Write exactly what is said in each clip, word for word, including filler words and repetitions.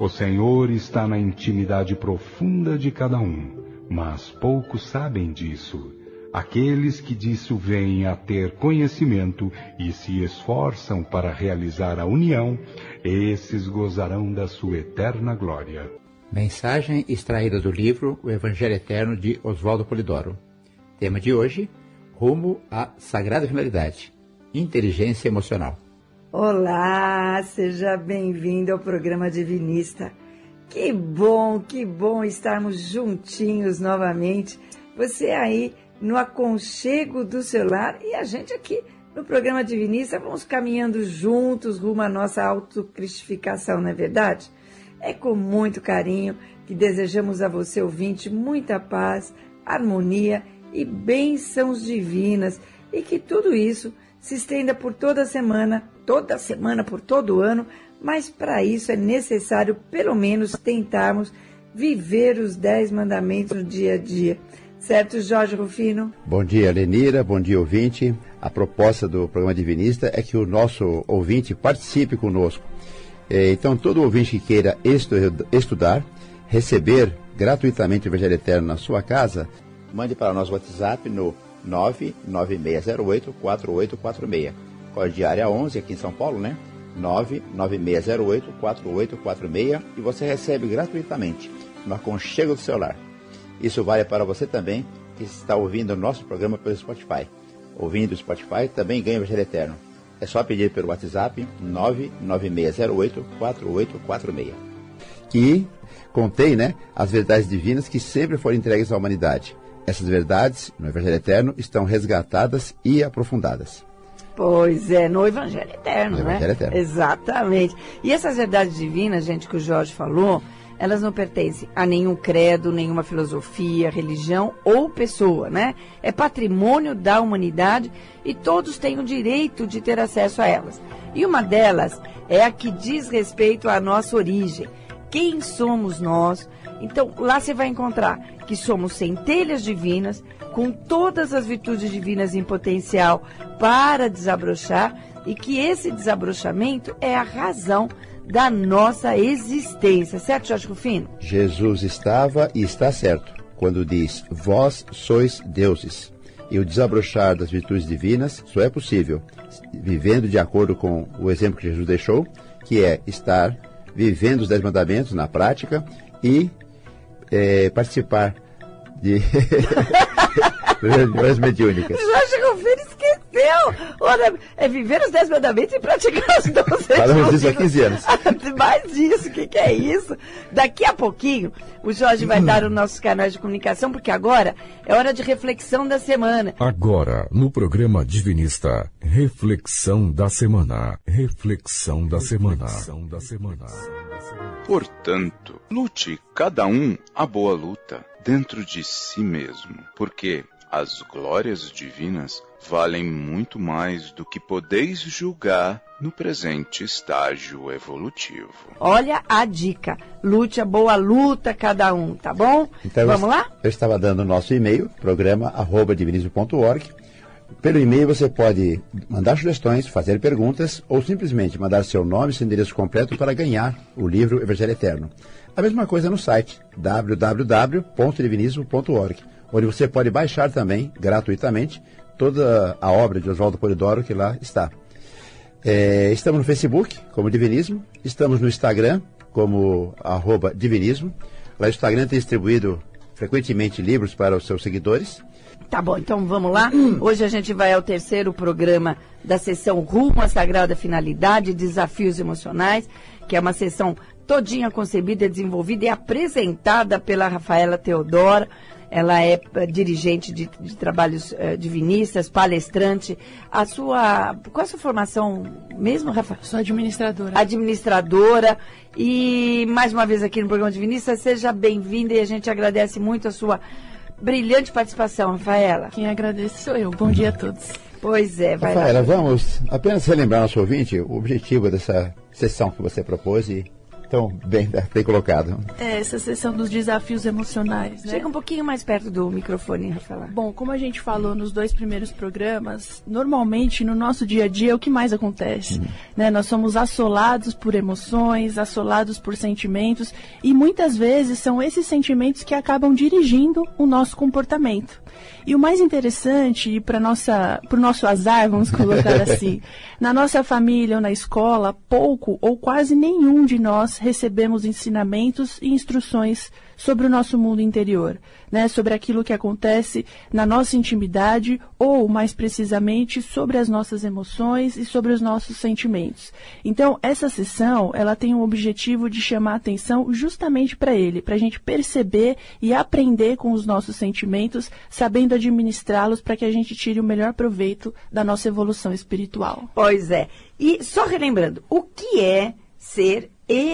O Senhor está na intimidade profunda de cada um, mas poucos sabem disso. Aqueles que disso vêm a ter conhecimento e se esforçam para realizar a união, esses gozarão da sua eterna glória. Mensagem extraída do livro O Evangelho Eterno de Oswaldo Polidoro. Tema de hoje, rumo à sagrada finalidade, inteligência emocional. Olá, seja bem-vindo ao programa Divinista. Que bom, que bom estarmos juntinhos novamente. Você aí no aconchego do celular e a gente aqui no programa Divinista, vamos caminhando juntos rumo à nossa autocristificação, não é verdade? É com muito carinho que desejamos a você, ouvinte, muita paz, harmonia e bênçãos divinas, e que tudo isso se estenda por toda a semana, toda semana, por todo o ano, mas para isso é necessário, pelo menos, tentarmos viver os dez mandamentos no dia a dia. Certo, Jorge Rufino? Bom dia, Lenira. Bom dia, ouvinte. A proposta do programa Divinista é que o nosso ouvinte participe conosco. Então, todo ouvinte que queira estu estudar, receber gratuitamente o Evangelho Eterno na sua casa, mande para nós o WhatsApp no nove nove seis zero oito quatro oito quatro seis. Código área onze, aqui em São Paulo, né? nove nove seis zero oito quatro oito quatro seis, e você recebe gratuitamente no aconchego do celular. Isso vale para você também que está ouvindo o nosso programa pelo Spotify. Ouvindo o Spotify também ganha o Evangelho Eterno. É só pedir pelo WhatsApp nove nove seis zero oito quatro oito quatro seis. Que contém, né, as verdades divinas que sempre foram entregues à humanidade. Essas verdades, no Evangelho Eterno, estão resgatadas e aprofundadas. Pois é, no Evangelho Eterno, no né? Evangelho Eterno. Exatamente. E essas verdades divinas, gente, que o Jorge falou, elas não pertencem a nenhum credo, nenhuma filosofia, religião ou pessoa, né? É patrimônio da humanidade e todos têm o direito de ter acesso a elas. E uma delas é a que diz respeito à nossa origem. Quem somos nós? Então, lá você vai encontrar que somos centelhas divinas, com todas as virtudes divinas em potencial para desabrochar, e que esse desabrochamento é a razão da nossa existência. Certo, Jorge Rufino? Jesus estava e está certo quando diz, vós sois deuses. E o desabrochar das virtudes divinas só é possível vivendo de acordo com o exemplo que Jesus deixou, que é estar vivendo os dez mandamentos na prática e é, participar de reuniões mediúnicas. Jorge Rufino esqueceu! Ora, é viver os dez mandamentos e praticar os doze. Falamos disso há quinze anos. Mais disso, o que, que é isso? Daqui a pouquinho, o Jorge vai dar os nossos canais de comunicação, porque agora é hora de reflexão da semana. Agora, no programa Divinista, reflexão da semana. Reflexão da semana. Reflexão da semana. Portanto, lute cada um a boa luta dentro de si mesmo, porque as glórias divinas valem muito mais do que podeis julgar no presente estágio evolutivo. Olha a dica, lute a boa luta cada um, tá bom? Então, vamos eu, lá? Eu estava dando o nosso e-mail, programa arroba divinismo ponto org. Pelo e-mail você pode mandar sugestões, fazer perguntas ou simplesmente mandar seu nome e seu endereço completo para ganhar o livro Evangelho Eterno. A mesma coisa no site w w w ponto divinismo ponto org, onde você pode baixar também, gratuitamente, toda a obra de Oswaldo Polidoro que lá está. É, estamos no Facebook, como Divinismo, estamos no Instagram, como arroba Divinismo. Lá o Instagram tem distribuído frequentemente livros para os seus seguidores. Tá bom, então vamos lá. Hoje a gente vai ao terceiro programa da sessão Rumo à Sagrada Finalidade, Desafios Emocionais, que é uma sessão todinha concebida, desenvolvida e apresentada pela Rafaela Teodora. Ela é dirigente de, de trabalhos uh, divinistas, palestrante. A sua... Qual é a sua formação mesmo, Rafa? Sou administradora. Administradora. E mais uma vez aqui no programa Divinista, seja bem-vinda e a gente agradece muito a sua brilhante participação, Rafaela. Quem agradece sou eu. Bom dia a todos. Pois é, vai Rafaela, lá. vamos apenas relembrar ao nosso ouvinte o objetivo dessa sessão que você propôs e Então, bem, bem colocado. É, essa sessão dos desafios emocionais, né? Chega um pouquinho mais perto do microfone, Rafaela. Bom, como a gente falou nos dois primeiros programas, normalmente no nosso dia a dia é o que mais acontece, uhum. né? Nós somos assolados por emoções, assolados por sentimentos, e muitas vezes são esses sentimentos que acabam dirigindo o nosso comportamento. E o mais interessante, para o nosso azar, vamos colocar assim, na nossa família ou na escola, pouco ou quase nenhum de nós recebemos ensinamentos e instruções sobre o nosso mundo interior, né? Sobre aquilo que acontece na nossa intimidade ou, mais precisamente, sobre as nossas emoções e sobre os nossos sentimentos. Então, essa sessão, ela tem o objetivo de chamar a atenção justamente para ele, para a gente perceber e aprender com os nossos sentimentos, sabendo administrá-los para que a gente tire o melhor proveito da nossa evolução espiritual. Pois é. E só relembrando, o que é ser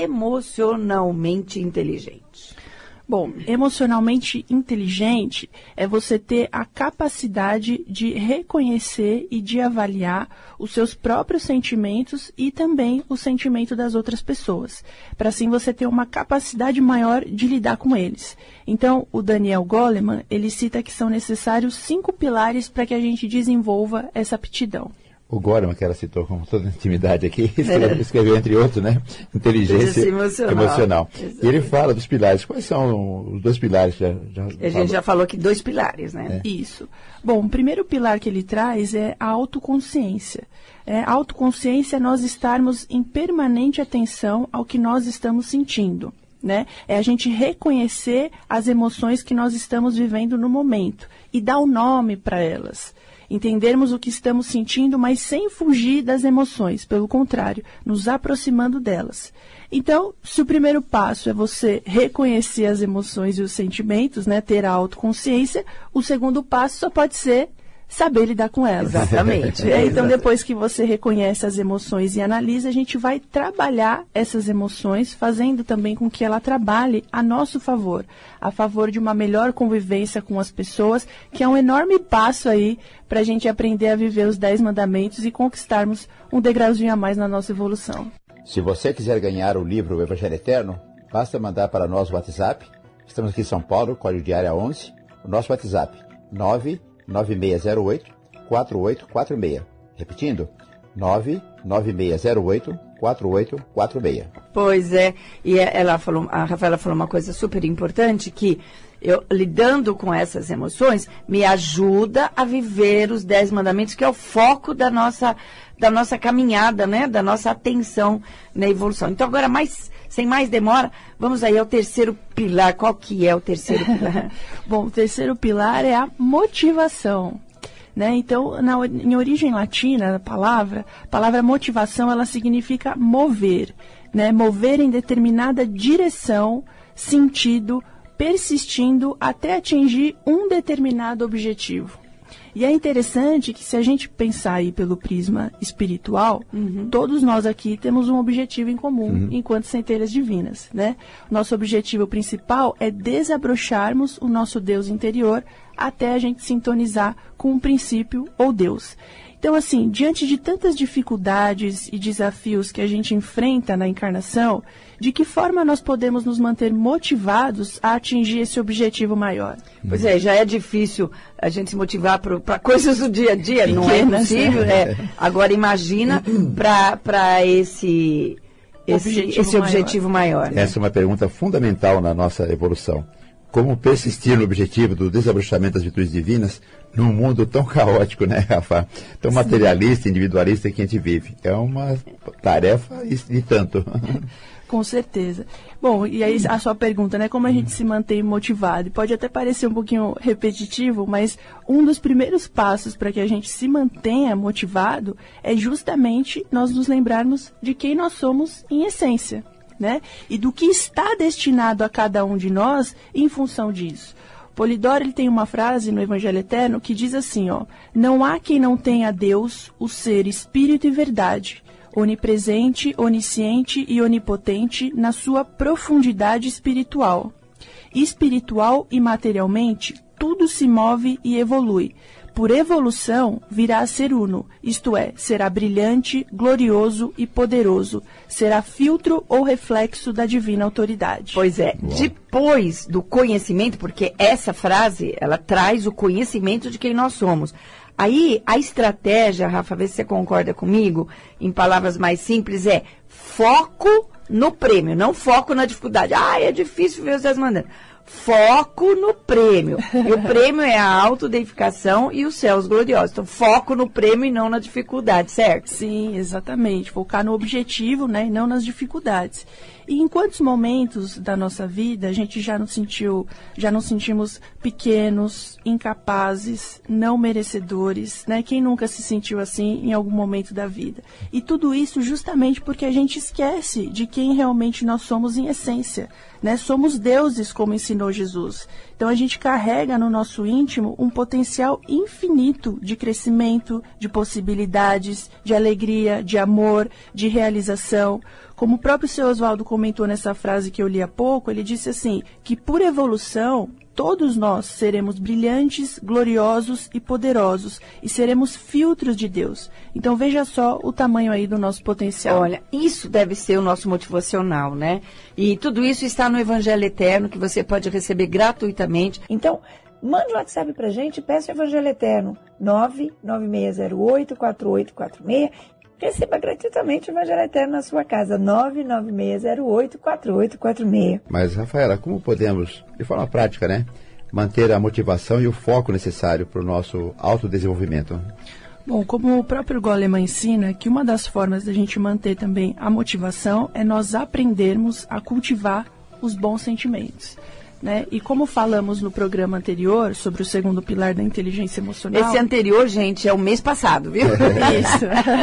emocionalmente inteligente? Bom, emocionalmente inteligente é você ter a capacidade de reconhecer e de avaliar os seus próprios sentimentos e também o sentimento das outras pessoas, para assim você ter uma capacidade maior de lidar com eles. Então, o Daniel Goleman, ele cita que são necessários cinco pilares para que a gente desenvolva essa aptidão. O Goleman, que ela citou com toda intimidade aqui, escreveu, escreveu entre outros, né? Inteligência emocional. emocional. E ele fala dos pilares. Quais são os dois pilares? Já, já a gente falou. já falou que dois pilares, né? É. Isso. Bom, o primeiro pilar que ele traz é a autoconsciência. É, a autoconsciência é nós estarmos em permanente atenção ao que nós estamos sentindo. Né? É a gente reconhecer as emoções que nós estamos vivendo no momento e dar um nome para elas. Entendermos o que estamos sentindo, mas sem fugir das emoções, pelo contrário, nos aproximando delas. Então, se o primeiro passo é você reconhecer as emoções e os sentimentos, né, ter a autoconsciência, o segundo passo só pode ser saber lidar com elas. Exatamente. É, então, depois que você reconhece as emoções e analisa, a gente vai trabalhar essas emoções, fazendo também com que ela trabalhe a nosso favor, a favor de uma melhor convivência com as pessoas, que é um enorme passo aí para a gente aprender a viver os dez mandamentos e conquistarmos um degrauzinho a mais na nossa evolução. Se você quiser ganhar o livro O Evangelho Eterno, basta mandar para nós o WhatsApp. Estamos aqui em São Paulo, código de área onze. O nosso WhatsApp, nove nove seis zero oito quatro oito quatro seis. Repetindo, nove nove seis zero oito quatro oito quatro seis. Pois é, e ela falou, a Rafaela falou uma coisa super importante, que eu, lidando com essas emoções, me ajuda a viver os dez mandamentos, que é o foco da nossa, da nossa caminhada, né? Da nossa atenção na evolução. Então, agora, mais, sem mais demora, vamos aí ao terceiro pilar. Qual que é o terceiro pilar? Bom, o terceiro pilar é a motivação. Né? Então, na, em origem latina, a palavra, a palavra motivação, ela significa mover, né? Mover em determinada direção, sentido, persistindo até atingir um determinado objetivo. E é interessante que, se a gente pensar aí pelo prisma espiritual, uhum. todos nós aqui temos um objetivo em comum, uhum. enquanto centelhas divinas, né? Nosso objetivo principal é desabrocharmos o nosso Deus interior até a gente sintonizar com um princípio ou Deus. Então, assim, diante de tantas dificuldades e desafios que a gente enfrenta na encarnação, de que forma nós podemos nos manter motivados a atingir esse objetivo maior? Pois é, já é difícil a gente se motivar para coisas do dia a dia, não é possível. É. Agora, imagina para esse, esse objetivo, esse objetivo maior. maior né? Essa é uma pergunta fundamental na nossa evolução. Como persistir no objetivo do desabrochamento das virtudes divinas num mundo tão caótico, né, Rafa? Tão Sim. materialista, individualista que a gente vive. É uma tarefa e tanto. Com certeza. Bom, e aí a sua pergunta, né? Como a gente se mantém motivado? Pode até parecer um pouquinho repetitivo, mas um dos primeiros passos para que a gente se mantenha motivado é justamente nós nos lembrarmos de quem nós somos em essência. Né? E do que está destinado a cada um de nós em função disso. Polidoro, ele tem uma frase no Evangelho Eterno que diz assim, ó: não há quem não tenha Deus, o ser espírito e verdade, onipresente, onisciente e onipotente na sua profundidade espiritual. Espiritual e materialmente, tudo se move e evolui, por evolução, virá a ser uno, isto é, será brilhante, glorioso e poderoso, será filtro ou reflexo da divina autoridade. Pois é, Uau. Depois do conhecimento, porque essa frase, ela traz o conhecimento de quem nós somos. Aí, a estratégia, Rafa, vê se você concorda comigo, em palavras mais simples, é foco no prêmio, não foco na dificuldade. Ah, é difícil ver os dez mandamentos. Foco no prêmio. E o prêmio é a autodeificação e os céus gloriosos. Então, foco no prêmio e não na dificuldade, certo? Sim, exatamente. Focar no objetivo, né, e não nas dificuldades. E em quantos momentos da nossa vida a gente já nos sentiu, já nos sentimos pequenos, incapazes, não merecedores, né? Quem nunca se sentiu assim em algum momento da vida? E tudo isso justamente porque a gente esquece de quem realmente nós somos em essência, né? Somos deuses, como ensinou Jesus. Então a gente carrega no nosso íntimo um potencial infinito de crescimento, de possibilidades, de alegria, de amor, de realização. Como o próprio seu Oswaldo comentou nessa frase que eu li há pouco, ele disse assim, que por evolução, todos nós seremos brilhantes, gloriosos e poderosos, e seremos filtros de Deus. Então veja só o tamanho aí do nosso potencial. Olha, isso deve ser o nosso motivacional, né? E tudo isso está no Evangelho Eterno, que você pode receber gratuitamente. Então, manda o WhatsApp pra gente, peça o Evangelho Eterno, nove nove seis zero oito, quatro oito quatro seis. Receba gratuitamente o Evangelho Eterno na sua casa, nove nove seis zero oito, quatro oito quatro seis. Mas, Rafaela, como podemos, de forma prática, né, manter a motivação e o foco necessário para o nosso autodesenvolvimento? Bom, como o próprio Goleman ensina, que uma das formas da gente manter também a motivação é nós aprendermos a cultivar os bons sentimentos. Né? E como falamos no programa anterior sobre o segundo pilar da inteligência emocional... Esse anterior, gente, é o mês passado, viu? Isso.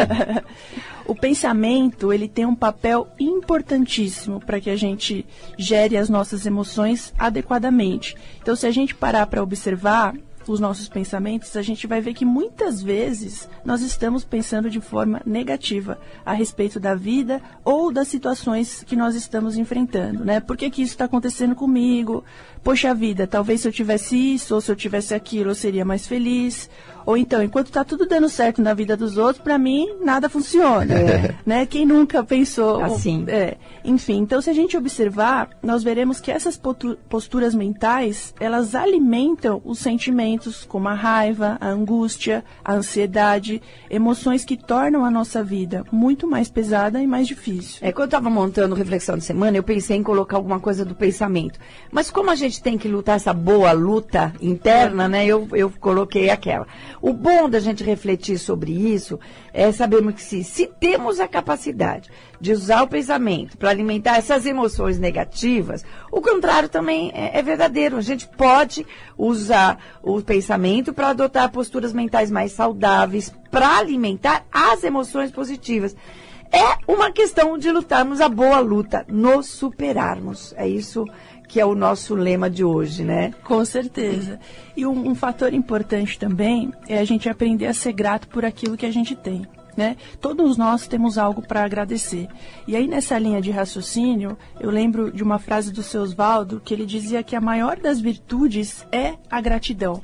O pensamento, ele tem um papel importantíssimo para que a gente gere as nossas emoções adequadamente. Então, se a gente parar para observar os nossos pensamentos, a gente vai ver que muitas vezes nós estamos pensando de forma negativa a respeito da vida ou das situações que nós estamos enfrentando, né? Por que que isso está acontecendo comigo? Poxa vida, talvez se eu tivesse isso ou se eu tivesse aquilo eu seria mais feliz. Ou então, enquanto está tudo dando certo na vida dos outros, para mim, nada funciona. É. Né? Quem nunca pensou... Assim. É. Enfim, então se a gente observar, nós veremos que essas posturas mentais, elas alimentam os sentimentos como a raiva, a angústia, a ansiedade, emoções que tornam a nossa vida muito mais pesada e mais difícil. É, quando eu estava montando Reflexão de Semana, eu pensei em colocar alguma coisa do pensamento. Mas como a gente tem que lutar essa boa luta interna, né, eu, eu coloquei aquela. O bom da gente refletir sobre isso é sabermos que se, se temos a capacidade de usar o pensamento para alimentar essas emoções negativas, o contrário também é, é verdadeiro. A gente pode usar o pensamento para adotar posturas mentais mais saudáveis, para alimentar as emoções positivas. É uma questão de lutarmos a boa luta, nos superarmos. É isso que é o nosso lema de hoje, né? Com certeza. E um, um fator importante também é a gente aprender a ser grato por aquilo que a gente tem, né? Todos nós temos algo para agradecer. E aí, nessa linha de raciocínio, eu lembro de uma frase do seu Oswaldo, que ele dizia que a maior das virtudes é a gratidão.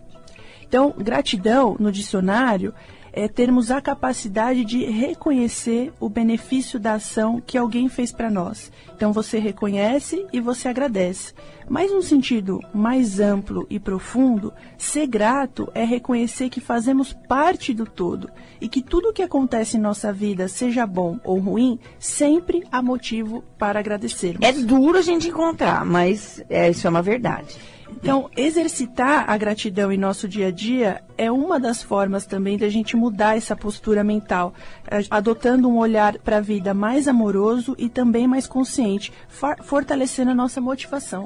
Então, gratidão, no dicionário, é termos a capacidade de reconhecer o benefício da ação que alguém fez para nós. Então, você reconhece e você agradece. Mas, num sentido mais amplo e profundo, ser grato é reconhecer que fazemos parte do todo e que tudo o que acontece em nossa vida, seja bom ou ruim, sempre há motivo para agradecermos. É duro a gente encontrar, mas é, isso é uma verdade. Então, exercitar a gratidão em nosso dia a dia é uma das formas também da gente mudar essa postura mental, adotando um olhar para a vida mais amoroso e também mais consciente, for- fortalecendo a nossa motivação.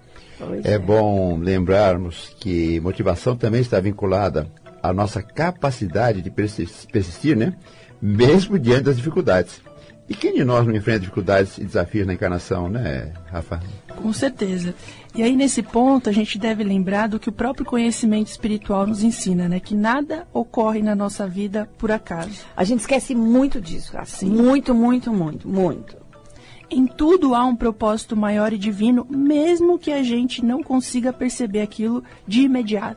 É, é bom lembrarmos que motivação também está vinculada à nossa capacidade de persistir, né? Mesmo diante das dificuldades. E quem de nós não enfrenta dificuldades e desafios na encarnação, né, Rafa? Com certeza. E aí, nesse ponto, a gente deve lembrar do que o próprio conhecimento espiritual nos ensina, né? Que nada ocorre na nossa vida por acaso. A gente esquece muito disso, assim. Muito, muito, muito, muito. Em tudo há um propósito maior e divino, mesmo que a gente não consiga perceber aquilo de imediato.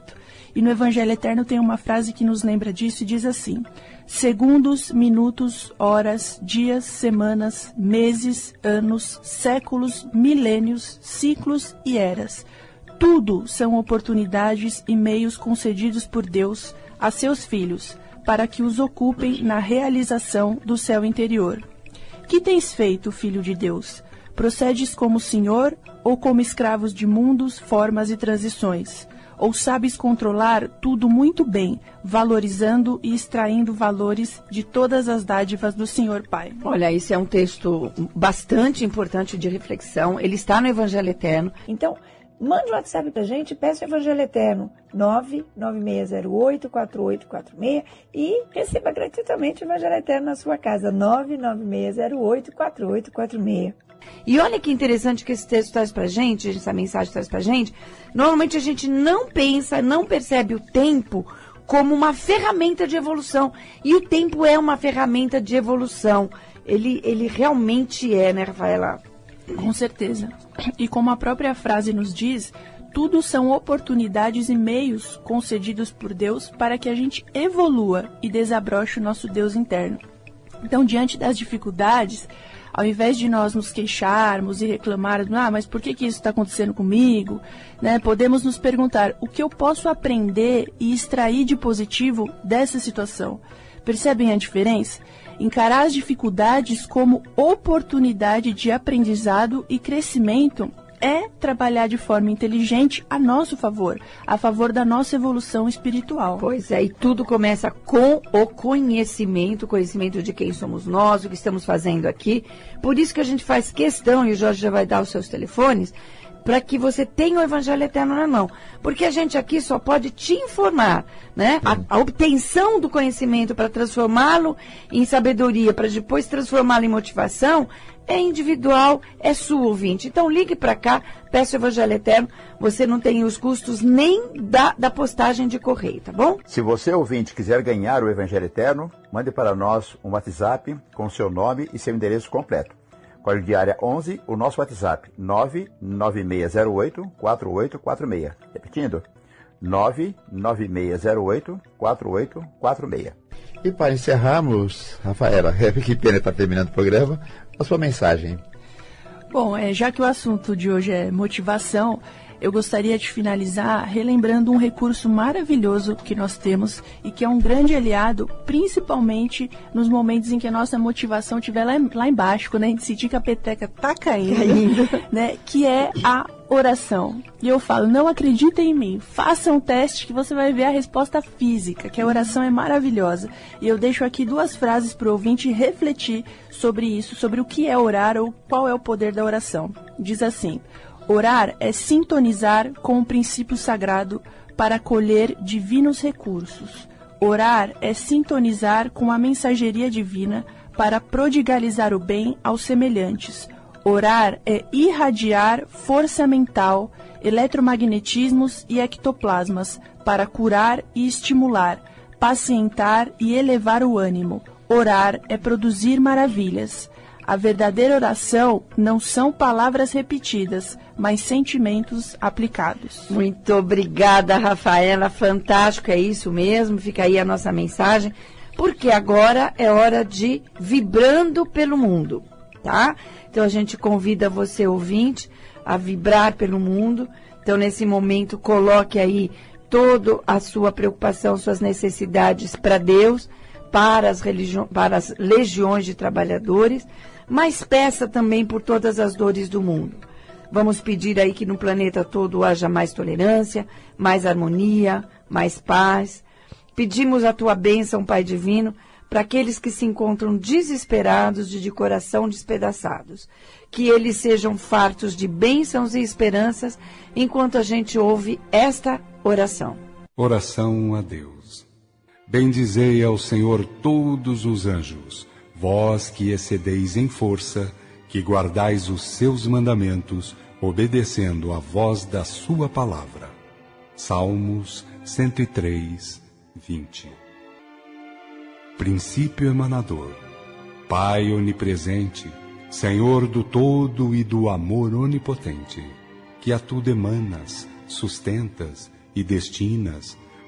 E no Evangelho Eterno tem uma frase que nos lembra disso e diz assim: segundos, minutos, horas, dias, semanas, meses, anos, séculos, milênios, ciclos e eras. Tudo são oportunidades e meios concedidos por Deus a seus filhos, para que os ocupem na realização do céu interior. Que tens feito, filho de Deus? Procedes como senhor ou como escravos de mundos, formas e transições? Ou sabes controlar tudo muito bem, valorizando e extraindo valores de todas as dádivas do Senhor Pai? Olha, esse é um texto bastante importante de reflexão. Ele está no Evangelho Eterno. Então, mande um WhatsApp pra gente, peça o Evangelho Eterno nove nove seis zero oito quatro oito quatro seis e receba gratuitamente o Evangelho Eterno na sua casa, nove nove seis zero oito quatro oito quatro seis. E olha que interessante que esse texto traz pra gente, essa mensagem traz pra gente. Normalmente a gente não pensa, não percebe o tempo como uma ferramenta de evolução. E o tempo é uma ferramenta de evolução. Ele, ele realmente é, né, Rafaela? Com certeza. E como a própria frase nos diz, tudo são oportunidades e meios concedidos por Deus para que a gente evolua e desabroche o nosso Deus interno. Então, diante das dificuldades, ao invés de nós nos queixarmos e reclamarmos, ah, mas por que, que isso está acontecendo comigo? Né? Podemos nos perguntar, o que eu posso aprender e extrair de positivo dessa situação? Percebem a diferença? Encarar as dificuldades como oportunidade de aprendizado e crescimento é trabalhar de forma inteligente a nosso favor, a favor da nossa evolução espiritual. Pois é, e tudo começa com o conhecimento, o conhecimento de quem somos nós, o que estamos fazendo aqui. Por isso que a gente faz questão, e o Jorge já vai dar os seus telefones, para que você tenha o Evangelho Eterno na mão. Porque a gente aqui só pode te informar, né? A, a obtenção do conhecimento para transformá-lo em sabedoria, para depois transformá-lo em motivação, é individual, é sua, ouvinte. Então ligue para cá, peça o Evangelho Eterno, você não tem os custos nem da, da postagem de correio, tá bom? Se você, ouvinte, quiser ganhar o Evangelho Eterno, mande para nós um WhatsApp com seu nome e seu endereço completo. Código de área onze, o nosso WhatsApp, nove nove seis zero oito quatro oito quatro seis. Repetindo, nove nove seis zero oito quatro oito quatro seis. E para encerrarmos, Rafaela, que pena estar terminando o programa, a sua mensagem. Bom, é, já que o assunto de hoje é motivação, eu gostaria de finalizar relembrando um recurso maravilhoso que nós temos e que é um grande aliado, principalmente nos momentos em que a nossa motivação estiver lá, lá embaixo, quando a gente sentir que a peteca está caindo, caindo. Né, que é a oração. E eu falo, não acreditem em mim, faça um teste que você vai ver a resposta física, que a oração é maravilhosa. E eu deixo aqui duas frases para o ouvinte refletir sobre isso, sobre o que é orar ou qual é o poder da oração. Diz assim: orar é sintonizar com o princípio sagrado para colher divinos recursos. Orar é sintonizar com a mensageria divina para prodigalizar o bem aos semelhantes. Orar é irradiar força mental, eletromagnetismos e ectoplasmas para curar e estimular, pacientar e elevar o ânimo. Orar é produzir maravilhas. A verdadeira oração não são palavras repetidas, mas sentimentos aplicados. Muito obrigada, Rafaela. Fantástico, é isso mesmo. Fica aí a nossa mensagem, porque agora é hora de Vibrando pelo Mundo, tá? Então a gente convida você, ouvinte, a vibrar pelo mundo. Então nesse momento coloque aí toda a sua preocupação, suas necessidades para Deus, para as, religi- para as legiões de trabalhadores, mas peça também por todas as dores do mundo. Vamos pedir aí que no planeta todo haja mais tolerância, mais harmonia, mais paz. Pedimos a tua bênção, Pai Divino, para aqueles que se encontram desesperados e de coração despedaçados. Que eles sejam fartos de bênçãos e esperanças enquanto a gente ouve esta oração. Oração a Deus. Bendizei ao Senhor todos os anjos, vós que excedeis em força, que guardais os seus mandamentos, obedecendo à voz da sua palavra. Salmos cento e três, vinte. Princípio emanador, Pai onipresente, Senhor do todo e do amor onipotente, que a tudo emanas, sustentas e destinas,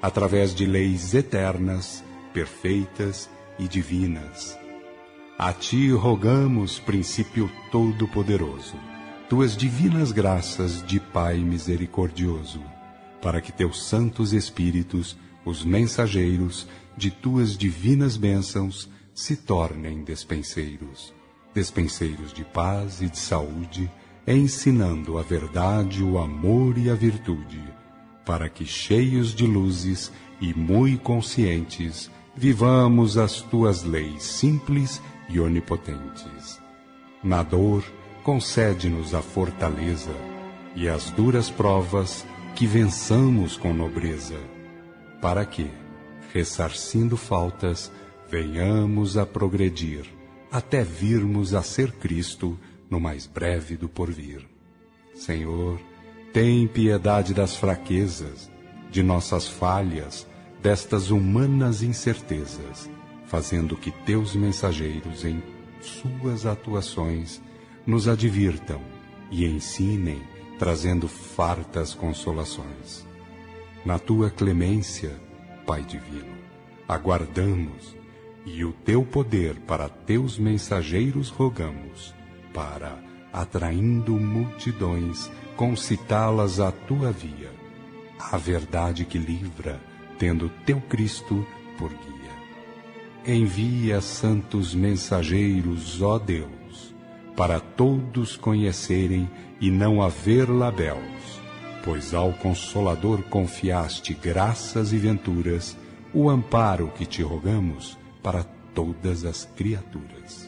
através de leis eternas, perfeitas e divinas. A ti rogamos, princípio todo-poderoso, tuas divinas graças de Pai misericordioso, para que teus santos espíritos, os mensageiros de tuas divinas bênçãos, se tornem despenseiros, despenseiros de paz e de saúde, ensinando a verdade, o amor e a virtude, para que, cheios de luzes e muito conscientes, vivamos as tuas leis simples e onipotentes. Na dor, concede-nos a fortaleza, e as duras provas que vençamos com nobreza, para que, ressarcindo faltas, venhamos a progredir, até virmos a ser Cristo no mais breve do porvir. Senhor, tem piedade das fraquezas, de nossas falhas, destas humanas incertezas, fazendo que teus mensageiros em suas atuações nos advirtam e ensinem, trazendo fartas consolações. Na tua clemência, Pai divino, aguardamos, e o teu poder para teus mensageiros rogamos, para, atraindo multidões, concitá-las à tua via, a verdade que livra, tendo teu Cristo por guia. Envia santos mensageiros, ó Deus, para todos conhecerem e não haver labéus, pois ao Consolador confiaste graças e venturas, o amparo que te rogamos para todas as criaturas.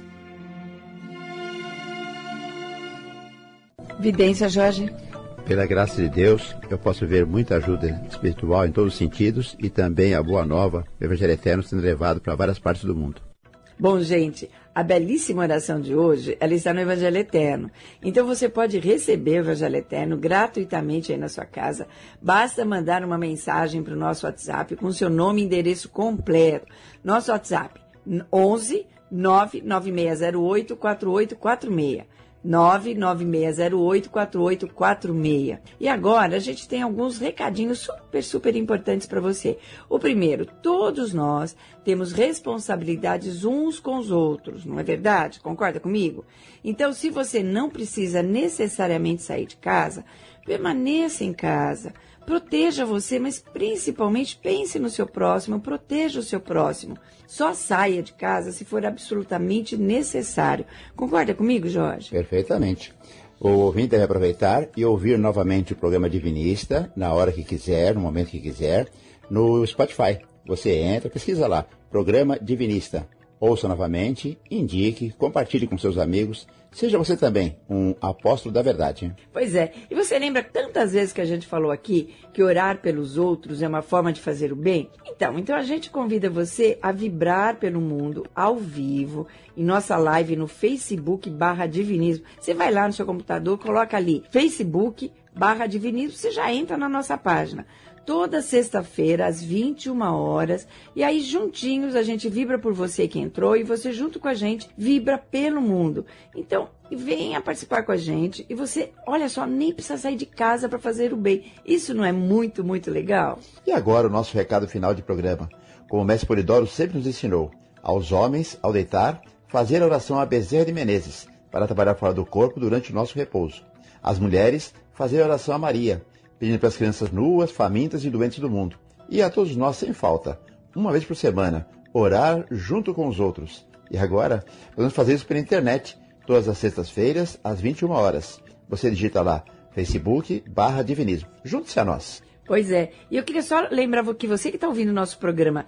Vidência, Jorge. Pela graça de Deus, eu posso ver muita ajuda espiritual em todos os sentidos e também a boa nova, o Evangelho Eterno sendo levado para várias partes do mundo. Bom, gente, a belíssima oração de hoje, ela está no Evangelho Eterno. Então você pode receber o Evangelho Eterno gratuitamente aí na sua casa. Basta mandar uma mensagem para o nosso WhatsApp com seu nome e endereço completo. Nosso WhatsApp, onze nove nove seis zero oito quatro oito quatro seis. nove nove seis zero oito quatro oito quatro seis. E agora a gente tem alguns recadinhos super, super importantes para você. O primeiro, todos nós temos responsabilidades uns com os outros, não é verdade? Concorda comigo? Então, se você não precisa necessariamente sair de casa, permaneça em casa. Proteja você, mas principalmente pense no seu próximo, proteja o seu próximo. Só saia de casa se for absolutamente necessário. Concorda comigo, Jorge? Perfeitamente. O ouvinte deve aproveitar e ouvir novamente o programa Divinista, na hora que quiser, no momento que quiser, no Spotify. Você entra, pesquisa lá, Programa Divinista. Ouça novamente, indique, compartilhe com seus amigos. Seja você também um apóstolo da verdade. Hein? Pois é. E você lembra tantas vezes que a gente falou aqui que orar pelos outros é uma forma de fazer o bem? Então, então a gente convida você a vibrar pelo mundo ao vivo em nossa live no Facebook barra Divinismo. Você vai lá no seu computador, coloca ali Facebook barra Divinismo, você já entra na nossa página. Toda sexta-feira, às vinte e uma horas, e aí juntinhos a gente vibra por você que entrou e você junto com a gente vibra pelo mundo. Então, venha participar com a gente e você, olha só, nem precisa sair de casa para fazer o bem. Isso não é muito, muito legal? E agora o nosso recado final de programa. Como o mestre Polidoro sempre nos ensinou, aos homens, ao deitar, fazer a oração a Bezerra de Menezes, para trabalhar fora do corpo durante o nosso repouso. Às mulheres, fazer a oração a Maria, pedindo para as crianças nuas, famintas e doentes do mundo. E a todos nós, sem falta, uma vez por semana, orar junto com os outros. E agora, vamos fazer isso pela internet, todas as sextas-feiras, às vinte e uma horas. Você digita lá, Facebook barra Divinismo. Junte-se a nós. Pois é. E eu queria só lembrar que você que está ouvindo o nosso programa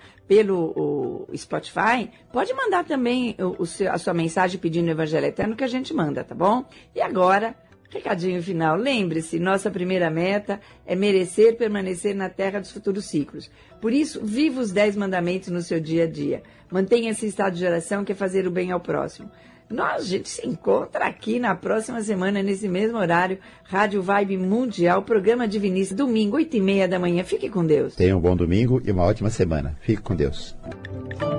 pelo o Spotify, pode mandar também o, o seu, a sua mensagem pedindo o Evangelho Eterno que a gente manda, tá bom? E agora, recadinho final. Lembre-se, nossa primeira meta é merecer permanecer na terra dos futuros ciclos. Por isso, viva os dez mandamentos no seu dia a dia. Mantenha esse estado de oração que é fazer o bem ao próximo. Nós, a gente se encontra aqui na próxima semana, nesse mesmo horário, Rádio Vibe Mundial, programa Divinista, domingo, oito e meia da manhã. Fique com Deus. Tenha um bom domingo e uma ótima semana. Fique com Deus.